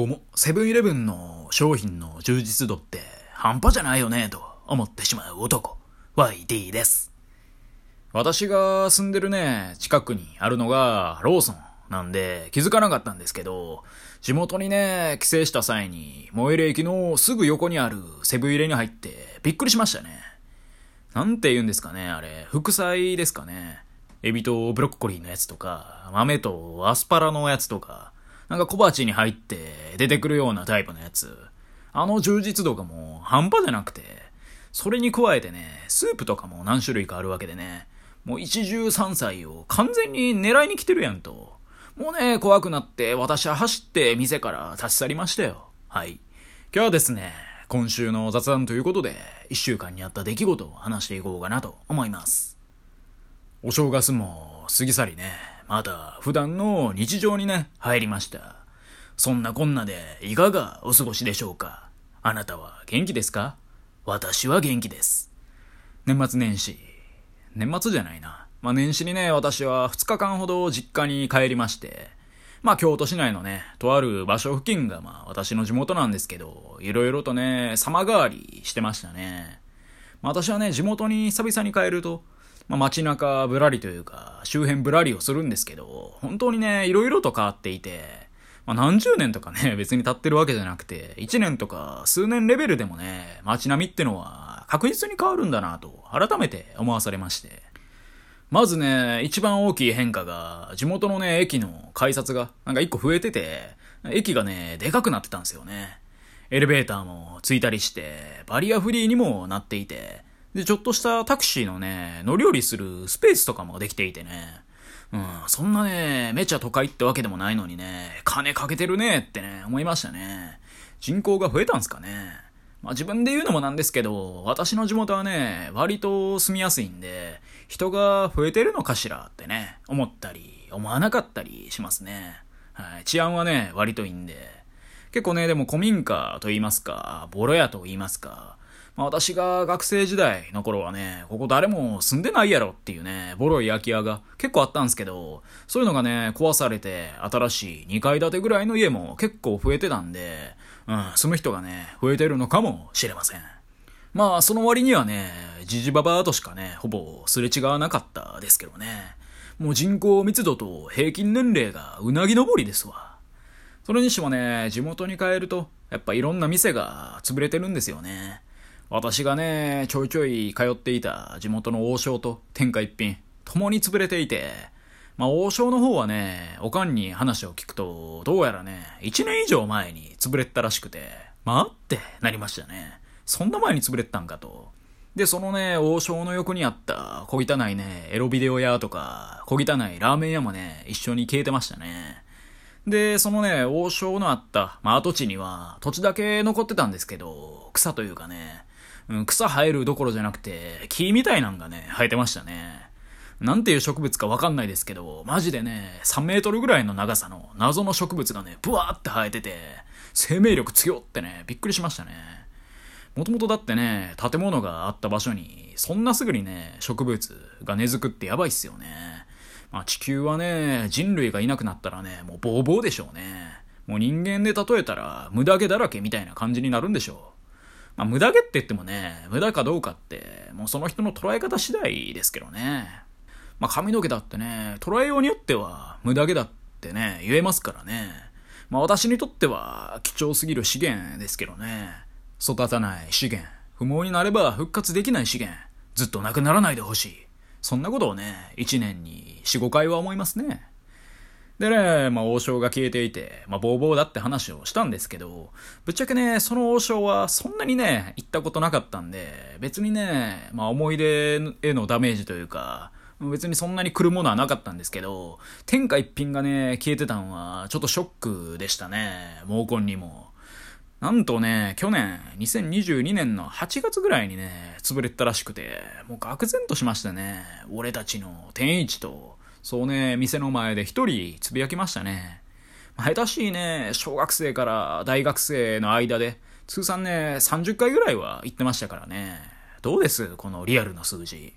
うもセブンイレブンの商品の充実度って半端じゃないよねと思ってしまう男 YD です。私が住んでる近くにあるのがローソンなんで気づかなかったんですけど、地元に帰省した際に最寄り駅のすぐ横にあるセブン入れに入ってびっくりしましたね。なんて言うんですかね、あれ副菜ですかね。エビとブロッコリーのやつとか豆とアスパラのやつとか、なんか小鉢に入って出てくるようなタイプのやつ。あの充実度がもう半端じゃなくて、それに加えてスープとかも何種類かあるわけでもう一汁三菜を完全に狙いに来てるやんと。もう怖くなって私は走って店から立ち去りましたよ。はい。今日はですね、今週の雑談ということで、一週間にあった出来事を話していこうかなと思います。お正月も過ぎ去りまた普段の日常に入りました。そんなこんなでいかがお過ごしでしょうか。あなたは元気ですか？私は元気です。年末年始、年末じゃないな。年始に私は2日間ほど実家に帰りまして、京都市内のとある場所付近が私の地元なんですけど、いろいろと様変わりしてましたね。私は地元に久々に帰ると、街中ぶらりというか周辺ぶらりをするんですけど、本当にいろいろと変わっていて、何十年とか別に経ってるわけじゃなくて、1年とか数年レベルでも街並みってのは確実に変わるんだなと改めて思わされまして、まず一番大きい変化が地元の駅の改札が1個増えてて、駅がでかくなってたんですよね。エレベーターもついたりしてバリアフリーにもなっていて、でちょっとしたタクシーの乗り降りするスペースとかもできていてそんなめちゃ都会ってわけでもないのに金かけてるって思いましたね。人口が増えたんすかね。自分で言うのもなんですけど、私の地元は割と住みやすいんで、人が増えてるのかしらって思ったり思わなかったりしますね。はい、治安は割といいんで、結構でも古民家と言いますかボロ屋と言いますか、私が学生時代の頃はここ誰も住んでないやろっていうボロい空き家が結構あったんですけど、そういうのが壊されて新しい2階建てぐらいの家も結構増えてたんで、住む人が増えてるのかもしれません。その割にはジジババとしかほぼすれ違わなかったですけどもう人口密度と平均年齢がうなぎ登りですわ。それにしても地元に帰るとやっぱいろんな店が潰れてるんですよね。私がちょいちょい通っていた地元の王将と天下一品ともに潰れていて、王将の方はおかんに話を聞くと、どうやら1年以上前に潰れてたらしくて、ってなりましたね。そんな前に潰れてたんかと。でその王将の横にあった小汚いエロビデオ屋とか小汚いラーメン屋も一緒に消えてましたね。でその王将のあった跡地には土地だけ残ってたんですけど、草というか草生えるどころじゃなくて木みたいなんが生えてましたね。なんていう植物かわかんないですけど、マジで3メートルぐらいの長さの謎の植物がブワーって生えてて、生命力強ってびっくりしましたね。もともとだって建物があった場所にそんなすぐに植物が根付くってやばいっすよね。地球は人類がいなくなったらもうボーボーでしょうね。もう人間で例えたら無駄毛だらけみたいな感じになるんでしょう。無駄毛って言っても無駄かどうかってもうその人の捉え方次第ですけど髪の毛だって捉えようによっては無駄毛だって言えますから私にとっては貴重すぎる資源ですけど育たない資源、不毛になれば復活できない資源、ずっとなくならないでほしい。そんなことを1年に 4,5 回は思いますね。で王将が消えていてボーボーだって話をしたんですけど、ぶっちゃけその王将はそんなに行ったことなかったんで、別に思い出へのダメージというか別にそんなに来るものはなかったんですけど、天下一品が消えてたのはちょっとショックでしたね。毛根にもなんと去年2022年の8月ぐらいに潰れてたらしくて、もう愕然としましたね。俺たちの天一とそう店の前で一人つぶやきましたね。下手しい小学生から大学生の間で通算30回ぐらいは行ってましたからどうですこのリアルな数字。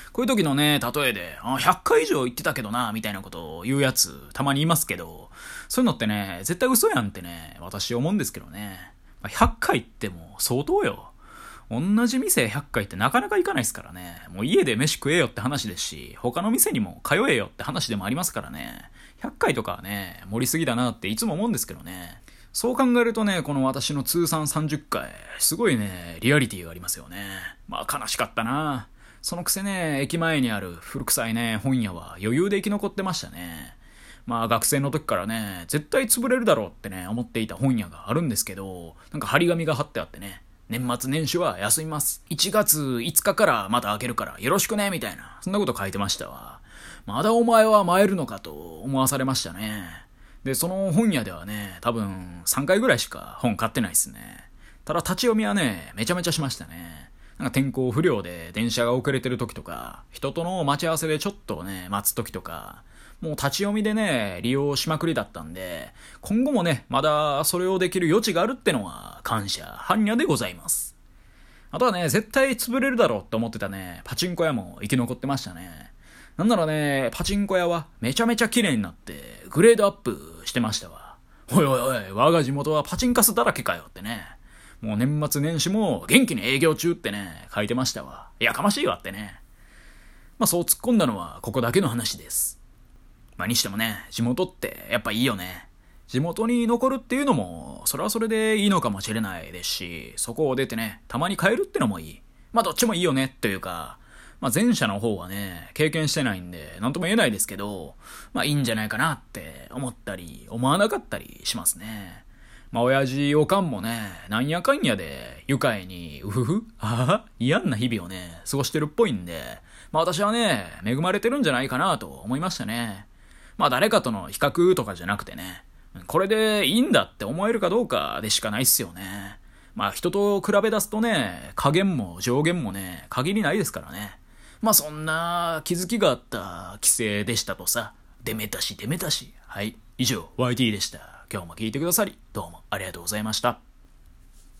こういう時のね、例えで、100回以上言ってたけどな、みたいなことを言うやつ、たまにいますけど、そういうのってね、絶対嘘やんってね、私思うんですけどね。100回ってもう相当よ。同じ店100回ってなかなか行かないですからね。もう家で飯食えよって話ですし、他の店にも通えよって話でもありますからね。100回とかはね、盛りすぎだなっていつも思うんですけどね。そう考えるとね、この私の通算30回、すごいね、リアリティがありますよね。まあ悲しかったな。そのくせね、駅前にある古臭いね、本屋は余裕で生き残ってましたね。まあ学生の時からね、絶対潰れるだろうってね、思っていた本屋があるんですけど、なんか張り紙が貼ってあってね、年末年始は休みます。1月5日からまた開けるからよろしくね、みたいな。そんなこと書いてましたわ。まだお前は参るのかと思わされましたね。で、その本屋ではね、多分3回ぐらいしか本買ってないっすね。ただ立ち読みはね、めちゃめちゃしましたね。なんか天候不良で電車が遅れてる時とか、人との待ち合わせでちょっとね、待つ時とか、もう立ち読みでね、利用しまくりだったんで、今後もね、まだそれをできる余地があるってのは感謝、般若でございます。あとはね、絶対潰れるだろうって思ってたね、パチンコ屋も生き残ってましたね。なんならね、パチンコ屋はめちゃめちゃ綺麗になって、グレードアップしてましたわ。おいおいおい、我が地元はパチンカスだらけかよってね。もう年末年始も元気に営業中ってね、書いてましたわ。やかましいわってね。まあそう突っ込んだのはここだけの話です。まあにしてもね、地元ってやっぱいいよね。地元に残るっていうのも、それはそれでいいのかもしれないですし、そこを出てね、たまに帰るってのもいい。まあどっちもいいよねっていうか、まあ前者の方はね、経験してないんで、なんとも言えないですけど、まあいいんじゃないかなって思ったり、思わなかったりしますね。まあ親父おかんもね、なんやかんやで愉快にうふふ嫌な日々をね、過ごしてるっぽいんで、まあ私はね、恵まれてるんじゃないかなと思いましたね。まあ誰かとの比較とかじゃなくてね、これでいいんだって思えるかどうかでしかないっすよね。まあ人と比べ出すとね、下限も上限もね、限りないですからね。まあそんな気づきがあった規制でしたとさ。デメタシ。はい。以上、YT でした。今日も聞いてくださり、どうもありがとうございました。